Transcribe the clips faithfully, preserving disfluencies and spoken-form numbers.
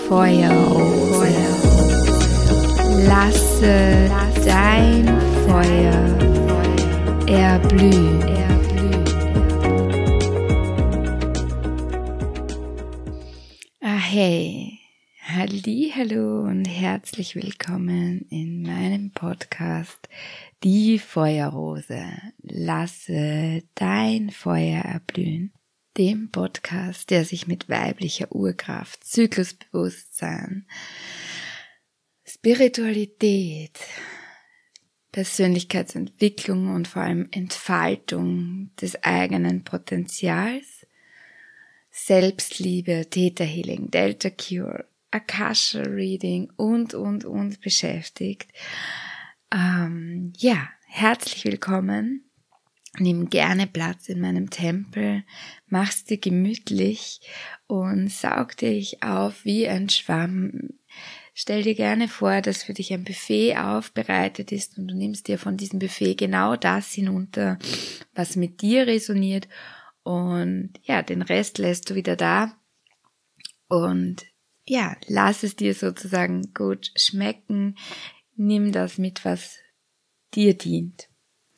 Feuerrose. Lasse dein Feuer erblühen. Ah, hey, hallihallo und herzlich willkommen in meinem Podcast Die Feuerrose. Lasse dein Feuer erblühen. Dem Podcast, der sich mit weiblicher Urkraft, Zyklusbewusstsein, Spiritualität, Persönlichkeitsentwicklung und vor allem Entfaltung des eigenen Potenzials, Selbstliebe, Theta Healing, Delta Cure, Akasha Reading und, und, und beschäftigt. Ähm, ja, herzlich willkommen. Nimm gerne Platz in meinem Tempel, mach's dir gemütlich und saug dich auf wie ein Schwamm. Stell dir gerne vor, dass für dich ein Buffet aufbereitet ist und du nimmst dir von diesem Buffet genau das hinunter, was mit dir resoniert, und ja, den Rest lässt du wieder da und ja, lass es dir sozusagen gut schmecken. Nimm das mit, was dir dient.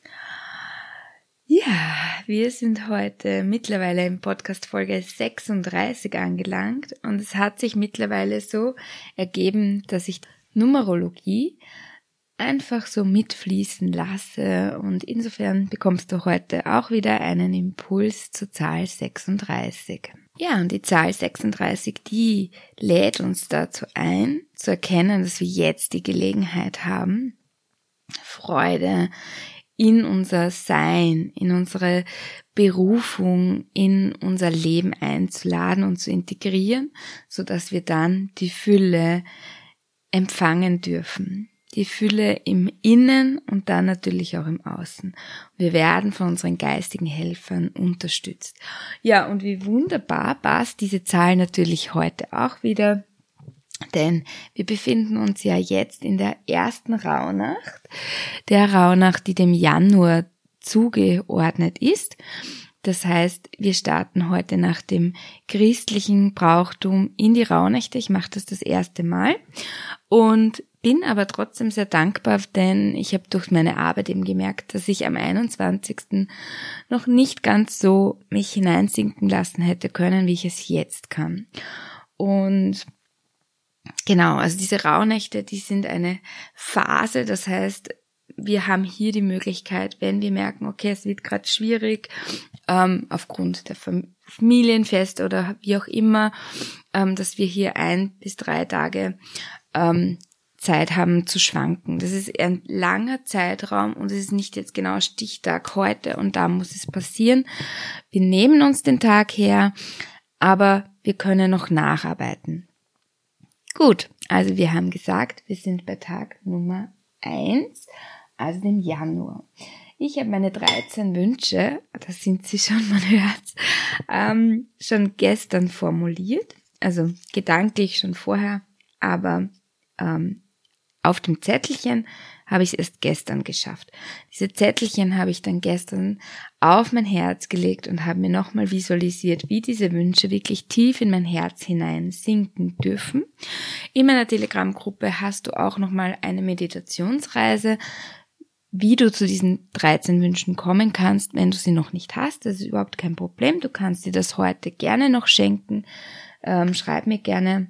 Ja, wir sind heute mittlerweile in Podcast Folge sechsunddreißig angelangt und es hat sich mittlerweile so ergeben, dass ich Numerologie einfach so mitfließen lasse, und insofern bekommst du heute auch wieder einen Impuls zur Zahl sechsunddreißig. Ja, und die Zahl sechsunddreißig, die lädt uns dazu ein, zu erkennen, dass wir jetzt die Gelegenheit haben, Freude in unser Sein, in unsere Berufung, in unser Leben einzuladen und zu integrieren, so dass wir dann die Fülle empfangen dürfen. Die Fülle im Innen und dann natürlich auch im Außen. Wir werden von unseren geistigen Helfern unterstützt. Ja, und wie wunderbar passt diese Zahl natürlich heute auch wieder, denn wir befinden uns ja jetzt in der ersten Rauhnacht, der Rauhnacht, die dem Januar zugeordnet ist. Das heißt, wir starten heute nach dem christlichen Brauchtum in die Rauhnächte. Ich mache das das erste Mal und bin aber trotzdem sehr dankbar, denn ich habe durch meine Arbeit eben gemerkt, dass ich am einundzwanzigsten noch nicht ganz so mich hineinsinken lassen hätte können, wie ich es jetzt kann. Und genau, also diese Rauhnächte, die sind eine Phase, das heißt, wir haben hier die Möglichkeit, wenn wir merken, okay, es wird gerade schwierig, ähm, aufgrund der Familienfeste oder wie auch immer, ähm, dass wir hier ein bis drei Tage ähm, Zeit haben zu schwanken. Das ist ein langer Zeitraum und es ist nicht jetzt genau Stichtag heute und da muss es passieren. Wir nehmen uns den Tag her, aber wir können noch nacharbeiten. Gut, also wir haben gesagt, wir sind bei Tag Nummer eins, also dem Januar. Ich habe meine dreizehn Wünsche, da sind sie schon, man hört's, ähm, schon gestern formuliert, also gedanklich schon vorher, aber ähm, auf dem Zettelchen habe ich es erst gestern geschafft. Diese Zettelchen habe ich dann gestern auf mein Herz gelegt und habe mir nochmal visualisiert, wie diese Wünsche wirklich tief in mein Herz hinein sinken dürfen. In meiner Telegram-Gruppe hast du auch nochmal eine Meditationsreise, wie du zu diesen dreizehn Wünschen kommen kannst, wenn du sie noch nicht hast. Das ist überhaupt kein Problem. Du kannst dir das heute gerne noch schenken. Ähm, schreib mir gerne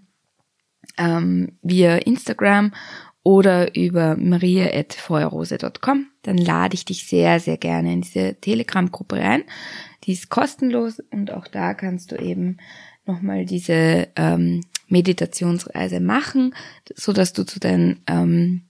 ähm, via Instagram oder über maria at feuerrose dot com, dann lade ich dich sehr, sehr gerne in diese Telegram-Gruppe rein. Die ist kostenlos und auch da kannst du eben nochmal diese ähm, Meditationsreise machen, so dass du zu deinen ähm,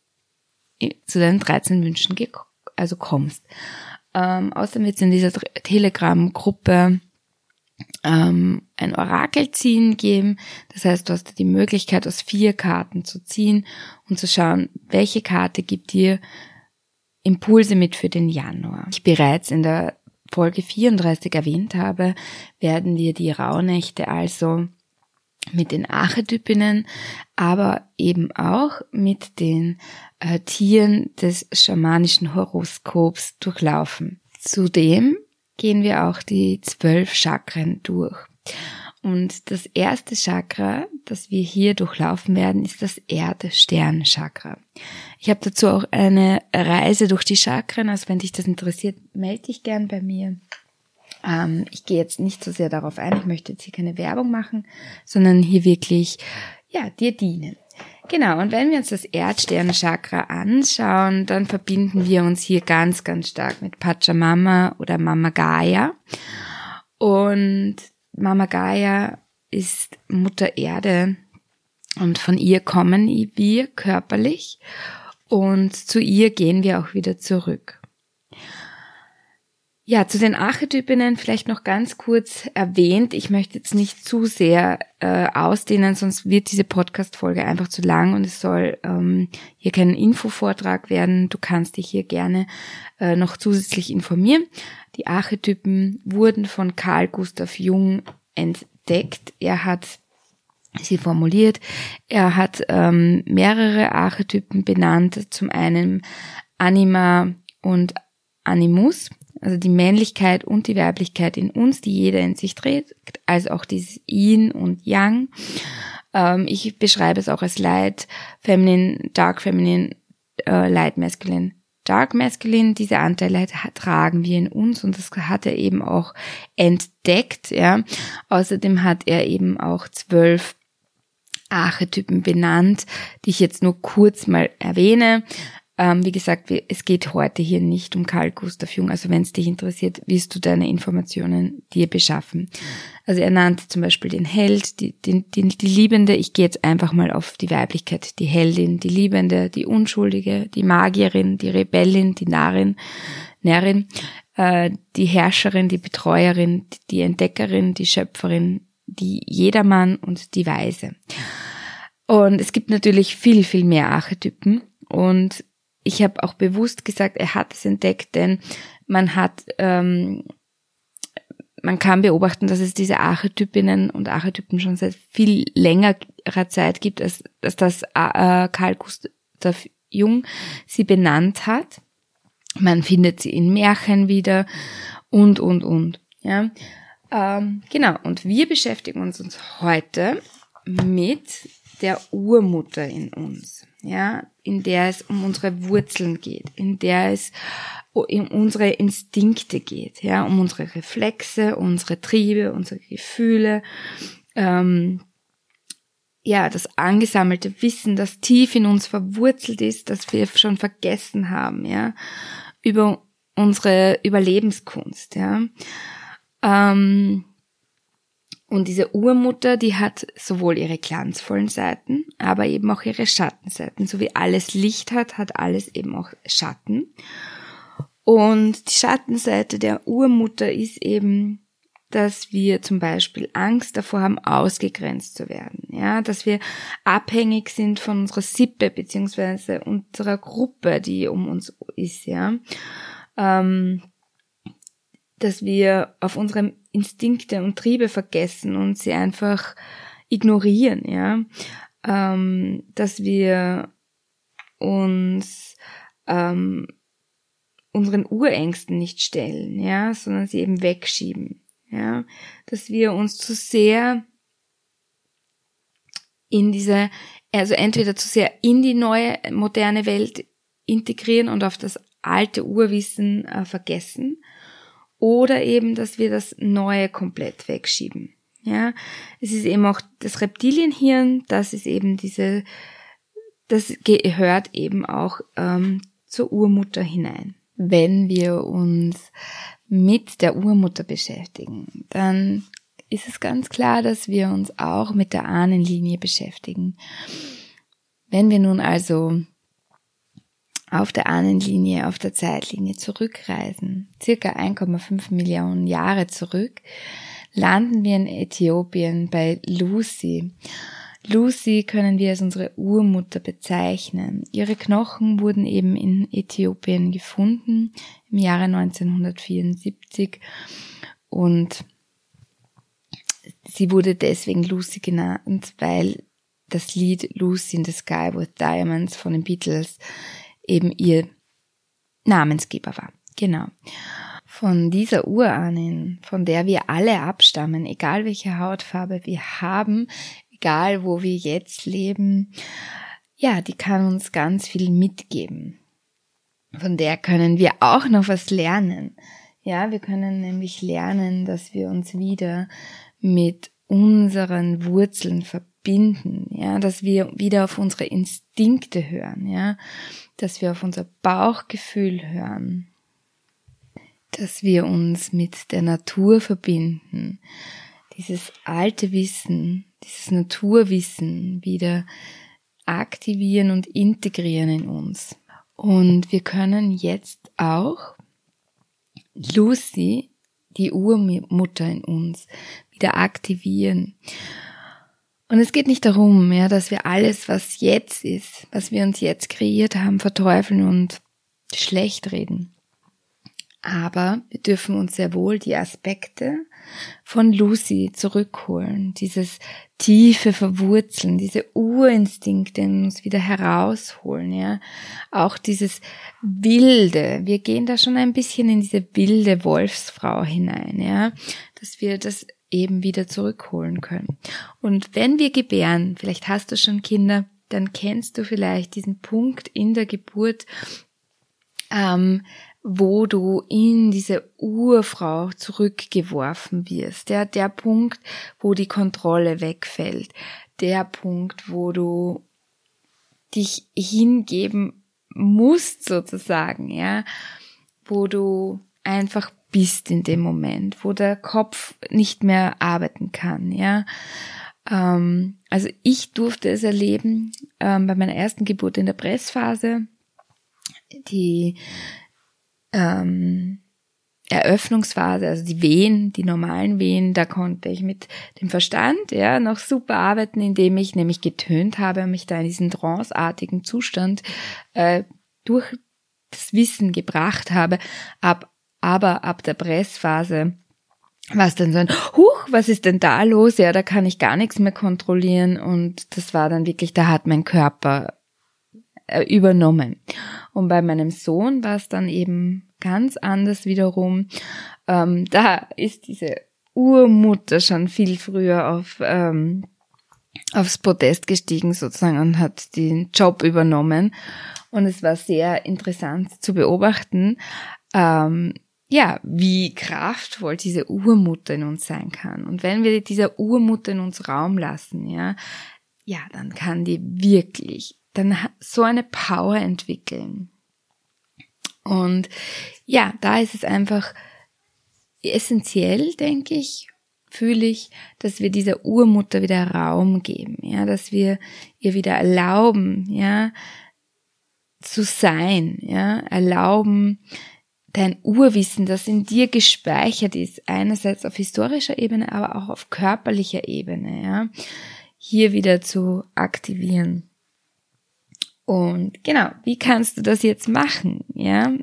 zu deinen dreizehn Wünschen ge- also kommst. Ähm, außerdem wird es in dieser Telegram-Gruppe ähm, ein Orakelziehen geben. Das heißt, du hast die Möglichkeit, aus vier Karten zu ziehen und zu schauen, welche Karte gibt dir Impulse mit für den Januar. Wie ich bereits in der Folge vierunddreißig erwähnt habe, werden wir die Rauhnächte also mit den Archetypinnen, aber eben auch mit den äh, Tieren des schamanischen Horoskops durchlaufen. Zudem gehen wir auch die zwölf Chakren durch. Und das erste Chakra, das wir hier durchlaufen werden, ist das Erdsternchakra. Ich habe dazu auch eine Reise durch die Chakren, also wenn dich das interessiert, melde dich gern bei mir. Ähm, ich gehe jetzt nicht so sehr darauf ein, ich möchte jetzt hier keine Werbung machen, sondern hier wirklich, ja, dir dienen. Genau, und wenn wir uns das Erdsternchakra anschauen, dann verbinden wir uns hier ganz, ganz stark mit Pachamama oder Mama Gaia. Und Mama Gaia ist Mutter Erde und von ihr kommen wir körperlich und zu ihr gehen wir auch wieder zurück. Ja, zu den Archetypinnen vielleicht noch ganz kurz erwähnt. Ich möchte jetzt nicht zu sehr äh, ausdehnen, sonst wird diese Podcast-Folge einfach zu lang und es soll ähm, hier kein Infovortrag werden. Du kannst dich hier gerne äh, noch zusätzlich informieren. Die Archetypen wurden von Carl Gustav Jung entdeckt. Er hat sie formuliert. Er hat ähm, mehrere Archetypen benannt. Zum einen Anima und Animus. Also die Männlichkeit und die Weiblichkeit in uns, die jeder in sich trägt, also auch dieses Yin und Yang. Ähm, ich beschreibe es auch als Light Feminine, Dark Feminine, äh, Light Masculine, Dark Masculine. Diese Anteile tragen wir in uns und das hat er eben auch entdeckt. Ja. Außerdem hat er eben auch zwölf Archetypen benannt, die ich jetzt nur kurz mal erwähne. Ähm, wie gesagt, es geht heute hier nicht um Carl Gustav Jung, also wenn es dich interessiert, wirst du deine Informationen dir beschaffen. Also er nannte zum Beispiel den Held, die, die, die, die Liebende, ich gehe jetzt einfach mal auf die Weiblichkeit, die Heldin, die Liebende, die Unschuldige, die Magierin, die Rebellin, die Narrin, Närrin, äh, die Herrscherin, die Betreuerin, die Entdeckerin, die Schöpferin, die Jedermann und die Weise. Und es gibt natürlich viel, viel mehr Archetypen und ich habe auch bewusst gesagt, er hat es entdeckt, denn man hat, ähm, man kann beobachten, dass es diese Archetypinnen und Archetypen schon seit viel längerer Zeit gibt, als, als das äh, Carl Gustav Jung sie benannt hat. Man findet sie in Märchen wieder und, und, und. Ja, ähm, genau. Und wir beschäftigen uns, uns heute mit der Urmutter in uns. Ja, in der es um unsere Wurzeln geht, in der es um unsere Instinkte geht, ja, um unsere Reflexe, unsere Triebe, unsere Gefühle, ähm, ja, das angesammelte Wissen, das tief in uns verwurzelt ist, das wir schon vergessen haben, ja, über unsere Überlebenskunst, ja. Ähm, Und diese Urmutter, die hat sowohl ihre glanzvollen Seiten, aber eben auch ihre Schattenseiten. So wie alles Licht hat, hat alles eben auch Schatten. Und die Schattenseite der Urmutter ist eben, dass wir zum Beispiel Angst davor haben, ausgegrenzt zu werden. Ja, dass wir abhängig sind von unserer Sippe beziehungsweise unserer Gruppe, die um uns ist. Ja, ähm, dass wir auf unsere Instinkte und Triebe vergessen und sie einfach ignorieren, ja, ähm, dass wir uns ähm, unseren Urängsten nicht stellen, ja, sondern sie eben wegschieben, ja, dass wir uns zu sehr in diese, also entweder zu sehr in die neue moderne Welt integrieren und auf das alte Urwissen äh, vergessen. Oder eben, dass wir das Neue komplett wegschieben. Ja, es ist eben auch das Reptilienhirn, das ist eben diese, das gehört eben auch ähm, zur Urmutter hinein. Wenn wir uns mit der Urmutter beschäftigen, dann ist es ganz klar, dass wir uns auch mit der Ahnenlinie beschäftigen. Wenn wir nun also auf der Ahnenlinie, auf der Zeitlinie zurückreisen, circa eins Komma fünf Millionen Jahre zurück, landen wir in Äthiopien bei Lucy. Lucy können wir als unsere Urmutter bezeichnen. Ihre Knochen wurden eben in Äthiopien gefunden im Jahre neunzehnhundertvierundsiebzig und sie wurde deswegen Lucy genannt, weil das Lied Lucy in the Sky with Diamonds von den Beatles eben ihr Namensgeber war. Genau. von dieser Urahnin, von der wir alle abstammen, egal welche Hautfarbe wir haben, egal wo wir jetzt leben, ja, die kann uns ganz viel mitgeben. Von der können wir auch noch was lernen. Ja, wir können nämlich lernen, dass wir uns wieder mit unseren Wurzeln verbinden, ja, dass wir wieder auf unsere Instinkte hören, ja, dass wir auf unser Bauchgefühl hören, dass wir uns mit der Natur verbinden, dieses alte Wissen, dieses Naturwissen wieder aktivieren und integrieren in uns. Und wir können jetzt auch Lucy, die Urmutter in uns, wieder aktivieren. Und es geht nicht darum, ja, dass wir alles, was jetzt ist, was wir uns jetzt kreiert haben, verteufeln und schlecht reden. Aber wir dürfen uns sehr wohl die Aspekte von Lucy zurückholen, dieses tiefe Verwurzeln, diese Urinstinkte in uns wieder herausholen, ja. Auch dieses Wilde, wir gehen da schon ein bisschen in diese wilde Wolfsfrau hinein, ja, dass wir das eben wieder zurückholen können. Und wenn wir gebären, vielleicht hast du schon Kinder, dann kennst du vielleicht diesen Punkt in der Geburt, ähm, wo du in diese Urfrau zurückgeworfen wirst. Der, der Punkt, wo die Kontrolle wegfällt. Der Punkt, wo du dich hingeben musst sozusagen, ja. Wo du einfach bist in dem Moment, wo der Kopf nicht mehr arbeiten kann, ja. Ähm, also ich durfte es erleben ähm, bei meiner ersten Geburt in der Pressphase. Die Ähm, Eröffnungsphase, also die Wehen, die normalen Wehen, da konnte ich mit dem Verstand ja noch super arbeiten, indem ich nämlich getönt habe und mich da in diesen tranceartigen Zustand äh, durch das Wissen gebracht habe. Ab, aber ab der Pressphase war es dann so ein, huch, was ist denn da los? Ja, da kann ich gar nichts mehr kontrollieren und das war dann wirklich, da hat mein Körper übernommen. Und bei meinem Sohn war es dann eben ganz anders wiederum. Ähm, da ist diese Urmutter schon viel früher auf ähm, aufs Podest gestiegen sozusagen und hat den Job übernommen. Und es war sehr interessant zu beobachten, ähm, ja, wie kraftvoll diese Urmutter in uns sein kann. Und wenn wir dieser Urmutter in uns Raum lassen, ja, ja, dann kann die wirklich dann so eine Power entwickeln. Und ja, da ist es einfach essentiell, denke ich, fühle ich, dass wir dieser Urmutter wieder Raum geben, ja, dass wir ihr wieder erlauben, ja, zu sein, ja, erlauben, dein Urwissen, das in dir gespeichert ist, einerseits auf historischer Ebene, aber auch auf körperlicher Ebene, ja, hier wieder zu aktivieren. Und genau, wie kannst du das jetzt machen, ja?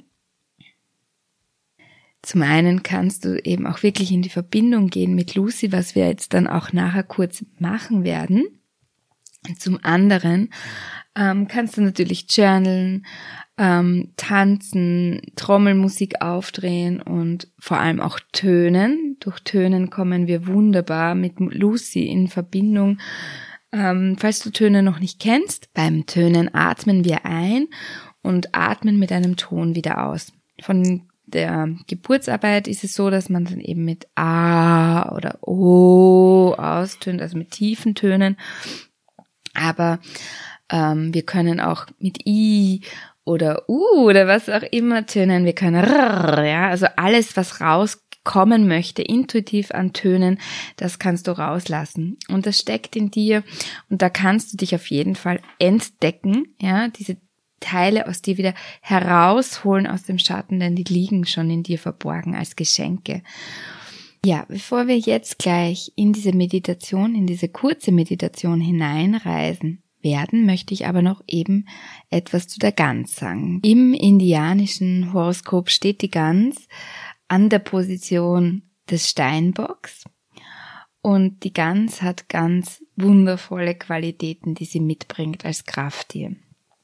Zum einen kannst du eben auch wirklich in die Verbindung gehen mit Lucy, was wir jetzt dann auch nachher kurz machen werden. Und zum anderen ähm, kannst du natürlich journalen, ähm, tanzen, Trommelmusik aufdrehen und vor allem auch tönen. Durch Tönen kommen wir wunderbar mit Lucy in Verbindung. Ähm, falls du Töne noch nicht kennst, beim Tönen atmen wir ein und atmen mit einem Ton wieder aus. Von der Geburtsarbeit ist es so, dass man dann eben mit A oder O austönt, also mit tiefen Tönen. Aber ähm, wir können auch mit I oder U oder was auch immer tönen. Wir können R, ja, also alles, was rauskommen möchte, intuitiv an Tönen, das kannst du rauslassen. Und das steckt in dir und da kannst du dich auf jeden Fall entdecken, ja, diese Teile aus dir wieder herausholen aus dem Schatten, denn die liegen schon in dir verborgen als Geschenke. Ja, bevor wir jetzt gleich in diese Meditation, in diese kurze Meditation hineinreisen werden, möchte ich aber noch eben etwas zu der Gans sagen. Im indianischen Horoskop steht die Gans an der Position des Steinbocks und die Gans hat ganz wundervolle Qualitäten, die sie mitbringt als Krafttier.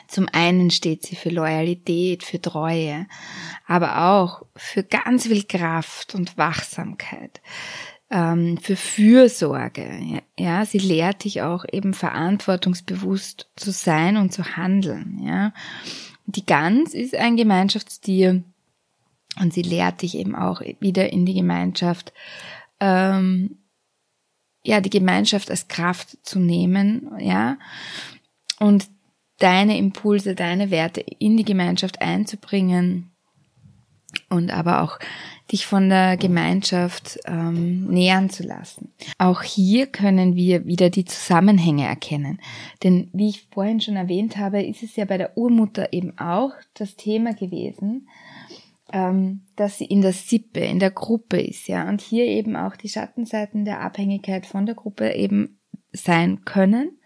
Zum einen steht sie für Loyalität, für Treue, aber auch für ganz viel Kraft und Wachsamkeit, ähm, für Fürsorge. Ja, sie lehrt dich auch eben verantwortungsbewusst zu sein und zu handeln. Ja, die Gans ist ein Gemeinschaftstier und sie lehrt dich eben auch wieder in die Gemeinschaft, ähm, ja, die Gemeinschaft als Kraft zu nehmen, ja, und deine Impulse, deine Werte in die Gemeinschaft einzubringen und aber auch dich von der Gemeinschaft ähm, nähern zu lassen. Auch hier können wir wieder die Zusammenhänge erkennen. Denn wie ich vorhin schon erwähnt habe, ist es ja bei der Urmutter eben auch das Thema gewesen, ähm, dass sie in der Sippe, in der Gruppe ist, ja, und hier eben auch die Schattenseiten der Abhängigkeit von der Gruppe eben sein können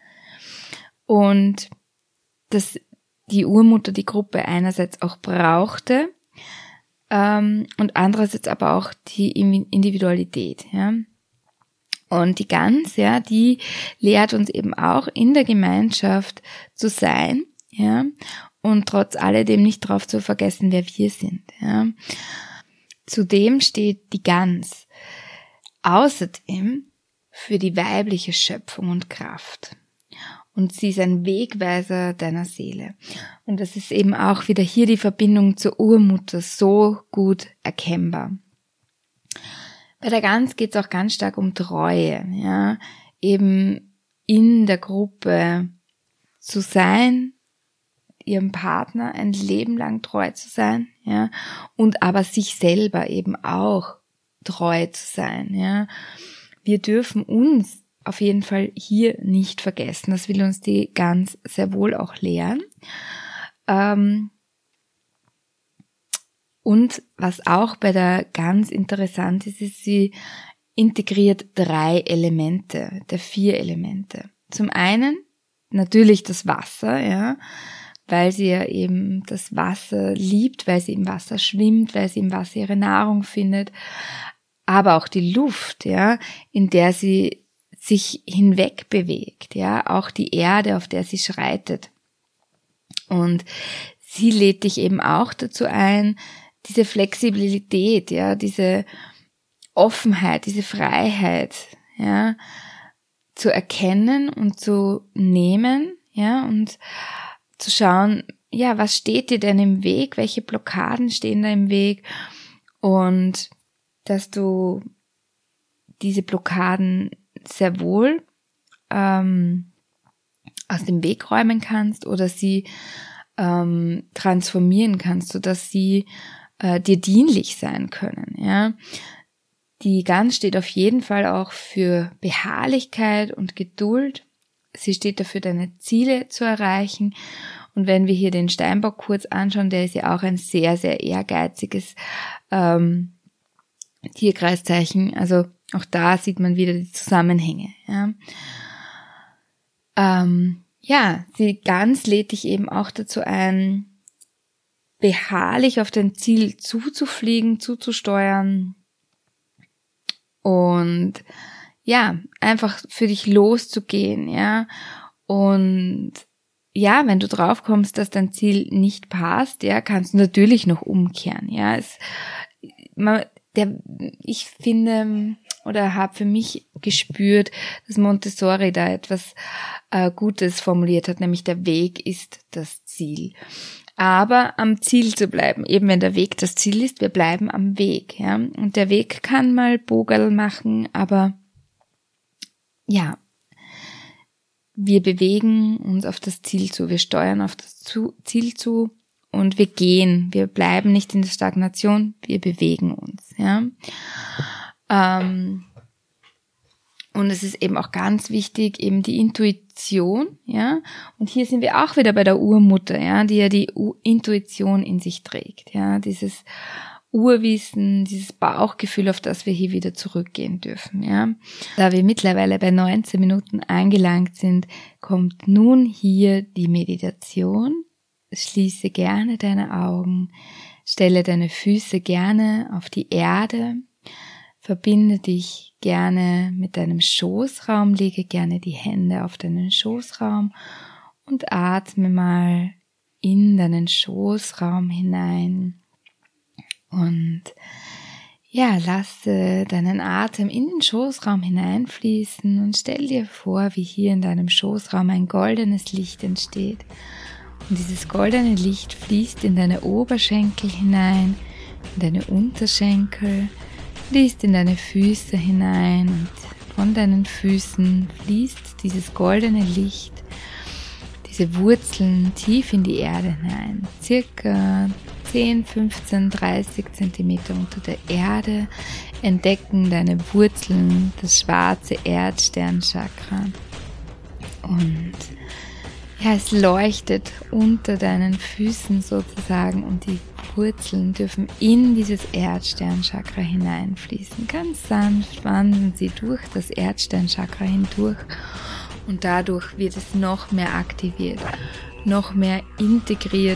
und dass die Urmutter die Gruppe einerseits auch brauchte ähm, und andererseits aber auch die Individualität. Ja. Und die Gans, ja, die lehrt uns eben auch in der Gemeinschaft zu sein, ja, und trotz alledem nicht drauf zu vergessen, wer wir sind. Ja. Zudem steht die Gans außerdem für die weibliche Schöpfung und Kraft. Und sie ist ein Wegweiser deiner Seele. Und das ist eben auch wieder hier die Verbindung zur Urmutter so gut erkennbar. Bei der Gans geht es auch ganz stark um Treue, ja, eben in der Gruppe zu sein, ihrem Partner ein Leben lang treu zu sein, ja, und aber sich selber eben auch treu zu sein, ja. Wir dürfen uns auf jeden Fall hier nicht vergessen. Das will uns die Gans sehr wohl auch lehren. Ähm und was auch bei der Gans interessant ist, ist, sie integriert drei Elemente, der vier Elemente. Zum einen natürlich das Wasser, ja, weil sie ja eben das Wasser liebt, weil sie im Wasser schwimmt, weil sie im Wasser ihre Nahrung findet, aber auch die Luft, ja, in der sie sich hinweg bewegt, ja, auch die Erde, auf der sie schreitet. Und sie lädt dich eben auch dazu ein, diese Flexibilität, ja, diese Offenheit, diese Freiheit, ja, zu erkennen und zu nehmen, ja, und zu schauen, ja, was steht dir denn im Weg, welche Blockaden stehen da im Weg und dass du diese Blockaden sehr wohl ähm, aus dem Weg räumen kannst oder sie ähm, transformieren kannst, sodass sie äh, dir dienlich sein können. Ja, die Gans steht auf jeden Fall auch für Beharrlichkeit und Geduld. Sie steht dafür, deine Ziele zu erreichen. Und wenn wir hier den Steinbock kurz anschauen, der ist ja auch ein sehr, sehr ehrgeiziges ähm, Tierkreiszeichen. Also auch da sieht man wieder die Zusammenhänge. Ja, ähm, ja, die Gans lädt dich eben auch dazu ein, beharrlich auf dein Ziel zuzufliegen, zuzusteuern und ja, einfach für dich loszugehen, ja. Und ja, wenn du drauf kommst, dass dein Ziel nicht passt, ja, kannst du natürlich noch umkehren, ja. Es, man, der, ich finde oder habe für mich gespürt, dass Montessori da etwas äh, Gutes formuliert hat, nämlich der Weg ist das Ziel. Aber am Ziel zu bleiben, eben wenn der Weg das Ziel ist, wir bleiben am Weg, ja. Und der Weg kann mal Bogerl machen, aber ja, wir bewegen uns auf das Ziel zu, wir steuern auf das Ziel zu und wir gehen, wir bleiben nicht in der Stagnation, wir bewegen uns, ja. Ähm, und es ist eben auch ganz wichtig, eben die Intuition, ja. Und hier sind wir auch wieder bei der Urmutter, ja, die ja die U- Intuition in sich trägt, ja. Dieses Urwissen, dieses Bauchgefühl, auf das wir hier wieder zurückgehen dürfen, ja. Da wir mittlerweile bei neunzehn Minuten angelangt sind, kommt nun hier die Meditation. Schließe gerne deine Augen, stelle deine Füße gerne auf die Erde, verbinde dich gerne mit deinem Schoßraum, lege gerne die Hände auf deinen Schoßraum und atme mal in deinen Schoßraum hinein und ja, lasse deinen Atem in den Schoßraum hineinfließen und stell dir vor, wie hier in deinem Schoßraum ein goldenes Licht entsteht. Und dieses goldene Licht fließt in deine Oberschenkel hinein, in deine Unterschenkel, fließt in deine Füße hinein und von deinen Füßen fließt dieses goldene Licht, diese Wurzeln tief in die Erde hinein, circa zehn, fünfzehn, dreißig Zentimeter unter der Erde entdecken deine Wurzeln das schwarze Erdsternchakra. Und ja, es leuchtet unter deinen Füßen sozusagen und die Wurzeln dürfen in dieses Erdsternchakra hineinfließen. Ganz sanft wandern sie durch das Erdsternchakra hindurch und dadurch wird es noch mehr aktiviert, noch mehr integriert.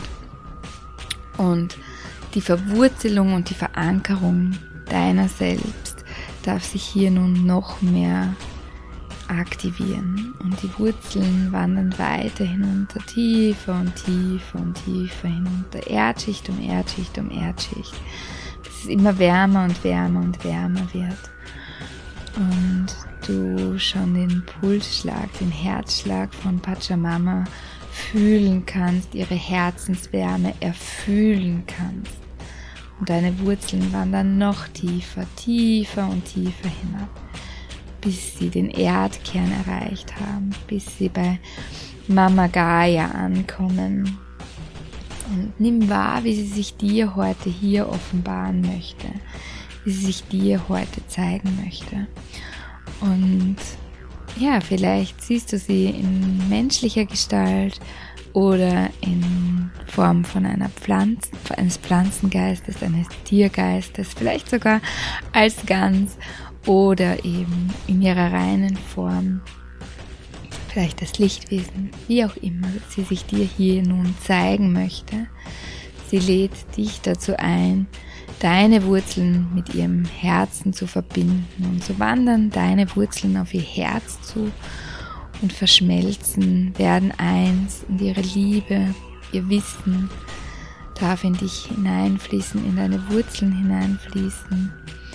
Und die Verwurzelung und die Verankerung deiner selbst darf sich hier nun noch mehr aktivieren. Und die Wurzeln wandern weiter hinunter, tiefer und tiefer und tiefer hinunter, Erdschicht um Erdschicht um Erdschicht, bis es immer wärmer und wärmer und wärmer wird. Und du schon den Pulsschlag, den Herzschlag von Pachamama fühlen kannst, ihre Herzenswärme erfühlen kannst. Und deine Wurzeln wandern noch tiefer, tiefer und tiefer hinab, bis sie den Erdkern erreicht haben, bis sie bei Mama Gaia ankommen. Und nimm wahr, wie sie sich dir heute hier offenbaren möchte, wie sie sich dir heute zeigen möchte. Und ja, vielleicht siehst du sie in menschlicher Gestalt oder in Form von einer Pflanze, eines Pflanzengeistes, eines Tiergeistes, vielleicht sogar als Gans oder eben in ihrer reinen Form, vielleicht das Lichtwesen, wie auch immer sie sich dir hier nun zeigen möchte. Sie lädt dich dazu ein, deine Wurzeln mit ihrem Herzen zu verbinden, und so wandern deine Wurzeln auf ihr Herz zu und verschmelzen, werden eins, und ihre Liebe, ihr Wissen darf in dich hineinfließen, in deine Wurzeln hineinfließen,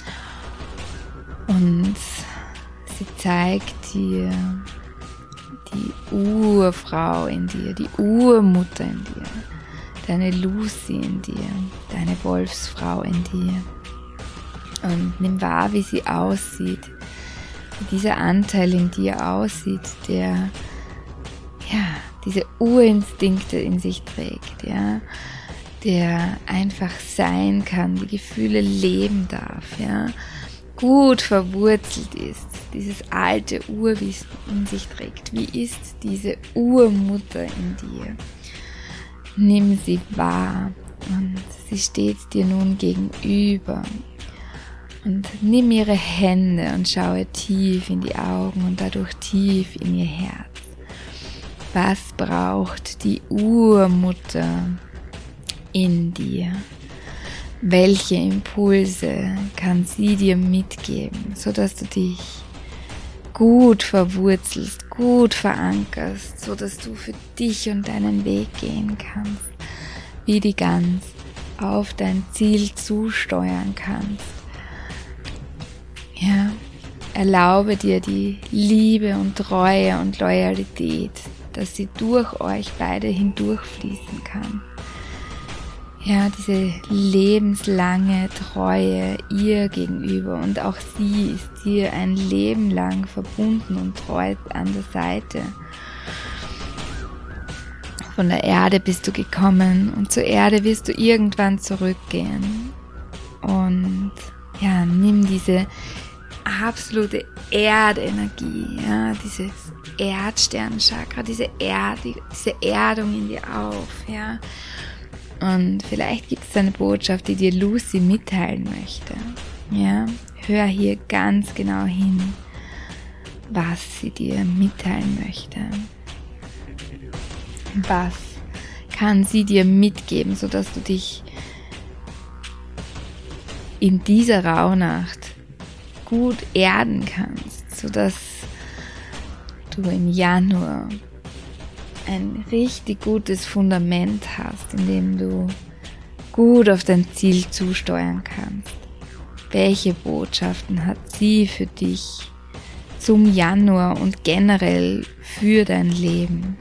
und sie zeigt dir die Urfrau in dir, die Urmutter in dir, deine Lucy in dir, deine Wolfsfrau in dir. Und nimm wahr, wie sie aussieht, wie dieser Anteil in dir aussieht, der ja diese Urinstinkte in sich trägt, ja, der einfach sein kann, die Gefühle leben darf, ja, gut verwurzelt ist, dieses alte Urwissen in sich trägt. Wie ist diese Urmutter in dir? Nimm sie wahr, und sie steht dir nun gegenüber, und nimm ihre Hände und schaue tief in die Augen und dadurch tief in ihr Herz. Was braucht die Urmutter in dir? Welche Impulse kann sie dir mitgeben, sodass du dich gut verwurzelst, gut verankerst, sodass du für dich und deinen Weg gehen kannst, wie die Gans auf dein Ziel zusteuern kannst. Ja, erlaube dir die Liebe und Treue und Loyalität, dass sie durch euch beide hindurchfließen kann. Ja, diese lebenslange Treue ihr gegenüber, und auch sie ist dir ein Leben lang verbunden und treu an der Seite. Von der Erde bist du gekommen und zur Erde wirst du irgendwann zurückgehen. Und ja, nimm diese absolute Erdenergie, ja, dieses Erdsternchakra, diese Erde, diese Erdung in dir auf, ja. Und vielleicht gibt es eine Botschaft, die dir Lucy mitteilen möchte. Ja, hör hier ganz genau hin, was sie dir mitteilen möchte. Was kann sie dir mitgeben, sodass du dich in dieser Rauhnacht gut erden kannst, sodass du im Januar ein richtig gutes Fundament hast, in dem du gut auf dein Ziel zusteuern kannst. Welche Botschaften hat sie für dich zum Januar und generell für dein Leben?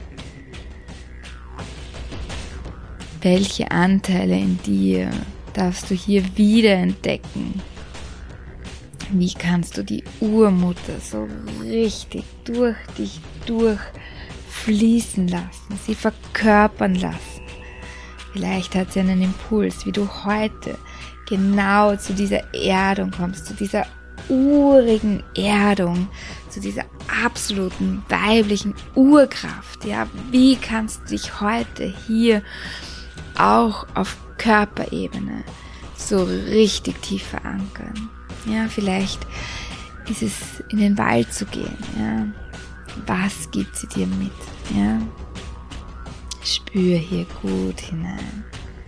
Welche Anteile in dir darfst du hier wiederentdecken? Wie kannst du die Urmutter so richtig durch dich durchfließen lassen, sie verkörpern lassen? Vielleicht hat sie einen Impuls, wie du heute genau zu dieser Erdung kommst, zu dieser urigen Erdung, zu dieser absoluten weiblichen Urkraft. Ja, wie kannst du dich heute hier auch auf Körperebene so richtig tief verankern? Ja, vielleicht ist es in den Wald zu gehen. Ja, was gibt sie dir mit? Ja, spür hier gut hinein.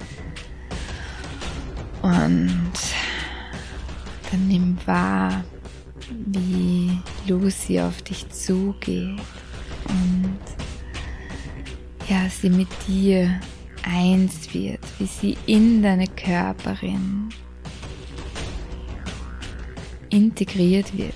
Und dann nimm wahr, wie Lucy auf dich zugeht und ja, sie mit dir eins wird, wie sie in deine Körperin integriert wird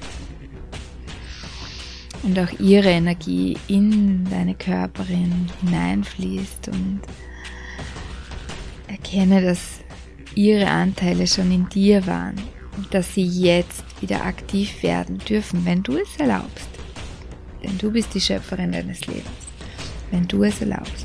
und auch ihre Energie in deine Körperin hineinfließt, und erkenne, dass ihre Anteile schon in dir waren und dass sie jetzt wieder aktiv werden dürfen, wenn du es erlaubst. Denn du bist die Schöpferin deines Lebens, wenn du es erlaubst.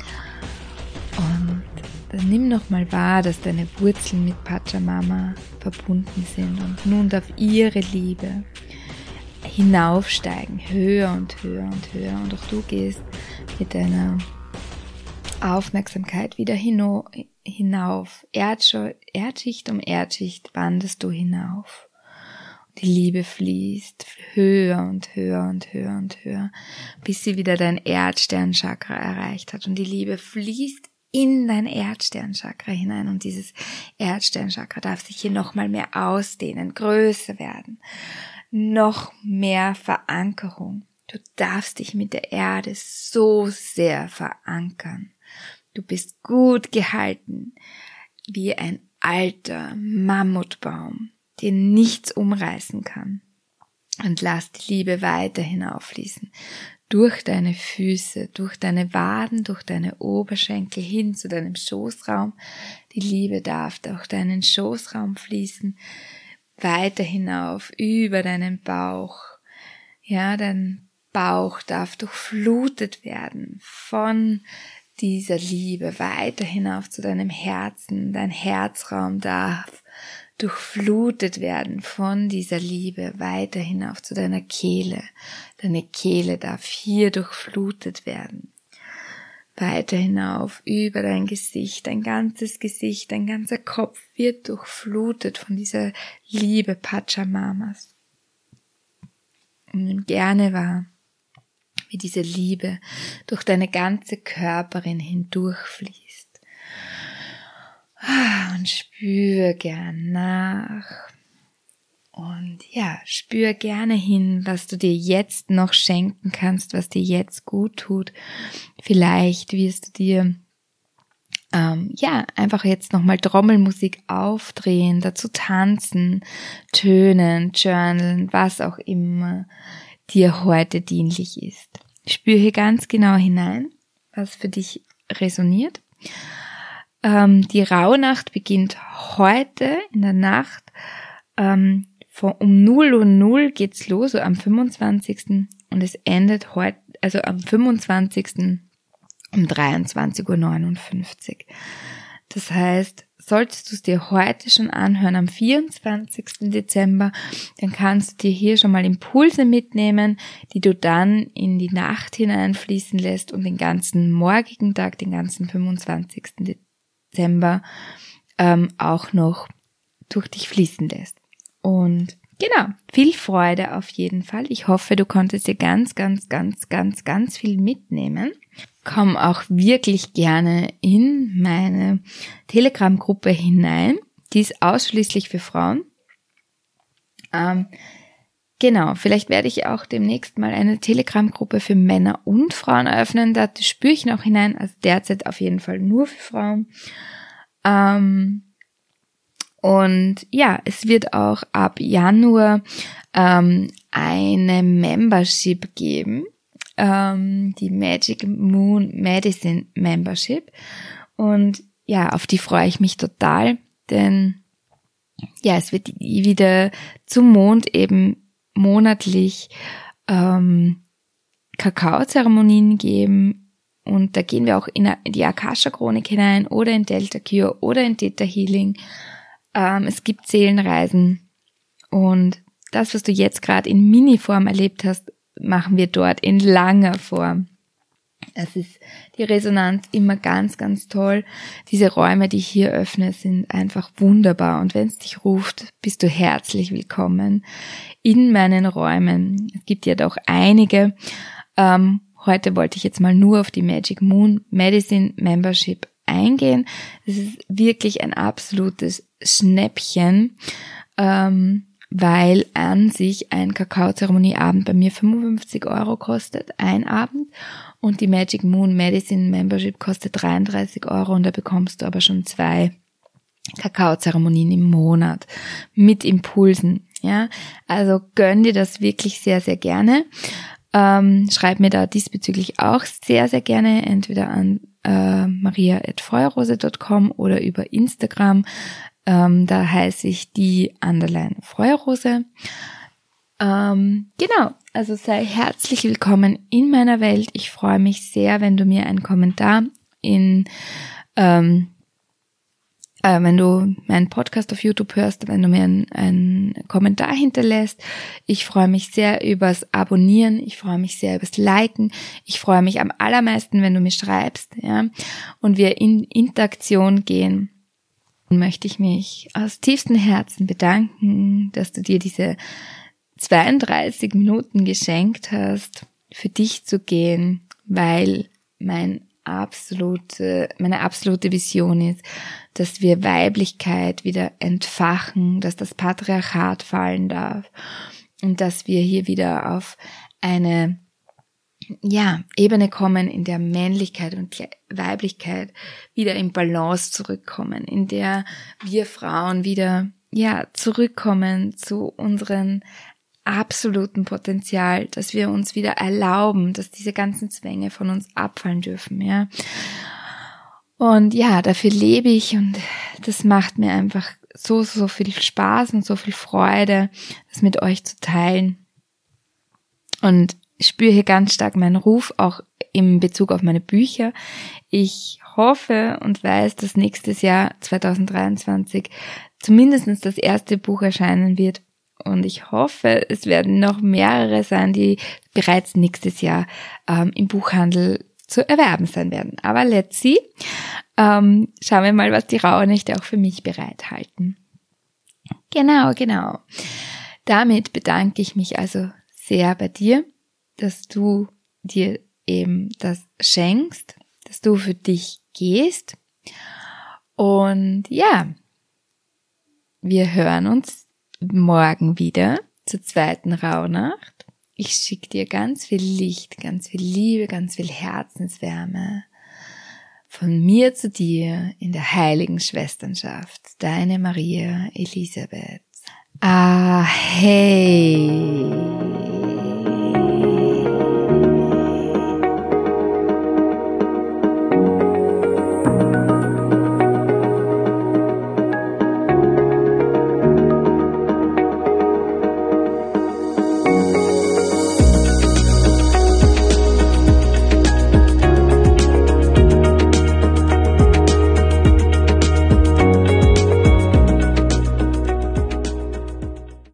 Und dann nimm nochmal wahr, dass deine Wurzeln mit Pachamama verbunden sind und nun darf ihre Liebe hinaufsteigen, höher und höher und höher, und auch du gehst mit deiner Aufmerksamkeit wieder hino- hinauf. Erdscho- Erdschicht um Erdschicht wanderst du hinauf. Die Liebe fließt höher und höher und höher und höher, bis sie wieder dein Erdsternchakra erreicht hat, und die Liebe fließt in dein Erdsternchakra hinein, und dieses Erdsternchakra darf sich hier nochmal mehr ausdehnen, größer werden, noch mehr Verankerung. Du darfst dich mit der Erde so sehr verankern. Du bist gut gehalten, wie ein alter Mammutbaum, den nichts umreißen kann. Und lass die Liebe weiter hinauffließen. Durch deine Füße, durch deine Waden, durch deine Oberschenkel hin zu deinem Schoßraum. Die Liebe darf durch deinen Schoßraum fließen, weiter hinauf, über deinen Bauch. Ja, dein Bauch darf durchflutet werden von dieser Liebe, weiter hinauf zu deinem Herzen. Dein Herzraum darf durchflutet werden von dieser Liebe, weiter hinauf zu deiner Kehle. Deine Kehle darf hier durchflutet werden. Weiter hinauf über dein Gesicht, dein ganzes Gesicht, dein ganzer Kopf wird durchflutet von dieser Liebe Pachamamas. Und nimm gerne wahr, wie diese Liebe durch deine ganze Körperin hindurchfließt. Und spür gern nach. Und ja, spür gerne hin, was du dir jetzt noch schenken kannst, was dir jetzt gut tut. Vielleicht wirst du dir ähm, ja einfach jetzt nochmal Trommelmusik aufdrehen, dazu tanzen, tönen, journalen, was auch immer dir heute dienlich ist. Spür hier ganz genau hinein, was für dich resoniert. Ähm, die Rauhnacht beginnt heute in der Nacht. Ähm, von, um null Uhr null geht's los, so am fünfundzwanzigsten Und es endet heute, also am fünfundzwanzigsten um dreiundzwanzig Uhr neunundfünfzig. Das heißt, solltest du es dir heute schon anhören, am vierundzwanzigsten Dezember, dann kannst du dir hier schon mal Impulse mitnehmen, die du dann in die Nacht hineinfließen lässt und den ganzen morgigen Tag, den ganzen fünfundzwanzigsten Dezember ähm, auch noch durch dich fließen lässt. Und genau, viel Freude auf jeden Fall. Ich hoffe, du konntest dir ganz, ganz, ganz, ganz, ganz viel mitnehmen. Komm auch wirklich gerne in meine Telegram-Gruppe hinein. Die ist ausschließlich für Frauen. Ähm, Genau, vielleicht werde ich auch demnächst mal eine Telegram-Gruppe für Männer und Frauen eröffnen. Da spüre ich noch hinein, also derzeit auf jeden Fall nur für Frauen. Ähm, und ja, es wird auch ab Januar ähm, eine Membership geben, ähm, die Magic Moon Medicine Membership. Und ja, auf die freue ich mich total, denn ja, es wird wieder zum Mond eben monatlich ähm, Kakaozeremonien geben, und da gehen wir auch in die Akasha-Chronik hinein oder in Delta Cure oder in Theta Healing. Ähm, es gibt Seelenreisen, und das, was du jetzt gerade in Mini-Form erlebt hast, machen wir dort in langer Form. Es ist die Resonanz immer ganz, ganz toll. Diese Räume, die ich hier öffne, sind einfach wunderbar. Und wenn es dich ruft, bist du herzlich willkommen in meinen Räumen. Es gibt ja doch einige. Ähm, heute wollte ich jetzt mal nur auf die Magic Moon Medicine Membership eingehen. Es ist wirklich ein absolutes Schnäppchen, ähm, weil an sich ein Kakaozeremonieabend bei mir fünfundfünfzig Euro kostet, ein Abend. Und die Magic Moon Medicine Membership kostet dreiunddreißig Euro, und da bekommst du aber schon zwei Kakaozeremonien im Monat mit Impulsen. Ja, also gönn dir das wirklich sehr, sehr gerne. Ähm, schreib mir da diesbezüglich auch sehr, sehr gerne entweder an äh, maria at feuerrose dot com oder über Instagram. Ähm, da heiße ich die Underline Feuerrose. Ähm, genau, also sei herzlich willkommen in meiner Welt. Ich freue mich sehr, wenn du mir einen Kommentar in, ähm, äh, wenn du meinen Podcast auf YouTube hörst, wenn du mir einen, einen Kommentar hinterlässt. Ich freue mich sehr übers Abonnieren, ich freue mich sehr übers Liken, ich freue mich am allermeisten, wenn du mir schreibst, ja, und wir in Interaktion gehen. Und möchte ich mich aus tiefstem Herzen bedanken, dass du dir diese zweiunddreißig Minuten geschenkt hast, für dich zu gehen, weil mein absolute, meine absolute Vision ist, dass wir Weiblichkeit wieder entfachen, dass das Patriarchat fallen darf und dass wir hier wieder auf eine ja, Ebene kommen, in der Männlichkeit und Weiblichkeit wieder in Balance zurückkommen, in der wir Frauen wieder ja zurückkommen zu unseren absoluten Potenzial, dass wir uns wieder erlauben, dass diese ganzen Zwänge von uns abfallen dürfen, ja. Und ja, dafür lebe ich, und das macht mir einfach so, so viel Spaß und so viel Freude, das mit euch zu teilen. Und ich spüre hier ganz stark meinen Ruf, auch in Bezug auf meine Bücher. Ich hoffe und weiß, dass nächstes Jahr zweitausenddreiundzwanzig zumindest das erste Buch erscheinen wird. Und ich hoffe, es werden noch mehrere sein, die bereits nächstes Jahr ähm, im Buchhandel zu erwerben sein werden. Aber let's see. Ähm, schauen wir mal, was die Rauhnächte auch für mich bereithalten. Genau, genau. Damit bedanke ich mich also sehr bei dir, dass du dir eben das schenkst, dass du für dich gehst. Und ja, wir hören uns morgen wieder zur zweiten Rauhnacht. Ich schicke dir ganz viel Licht, ganz viel Liebe, ganz viel Herzenswärme von mir zu dir in der heiligen Schwesternschaft. Deine Maria Elisabeth. Ah, hey.